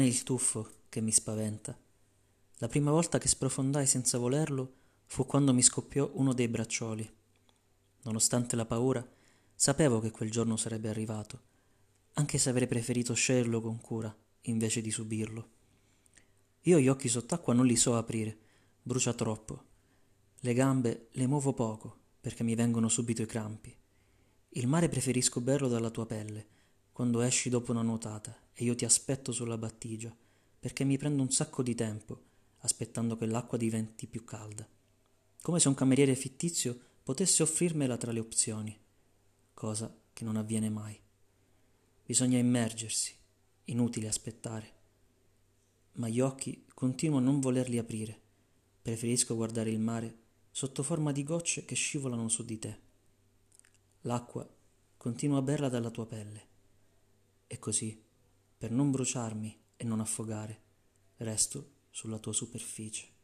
il tuffo che mi spaventa. La prima volta che sprofondai senza volerlo fu quando mi scoppiò uno dei braccioli. Nonostante la paura, sapevo che quel giorno sarebbe arrivato, anche se avrei preferito sceglierlo con cura invece di subirlo. Io gli occhi sott'acqua non li so aprire, brucia troppo. Le gambe le muovo poco perché mi vengono subito i crampi. Il mare preferisco berlo dalla tua pelle, quando esci dopo una nuotata e io ti aspetto sulla battigia, perché mi prendo un sacco di tempo aspettando che l'acqua diventi più calda. Come se un cameriere fittizio potesse offrirmela tra le opzioni, cosa che non avviene mai. Bisogna immergersi, inutile aspettare. Ma gli occhi continuo a non volerli aprire. Preferisco guardare il mare sotto forma di gocce che scivolano su di te. L'acqua continuo a berla dalla tua pelle. E così, per non bruciarmi e non affogare, resto sulla tua superficie.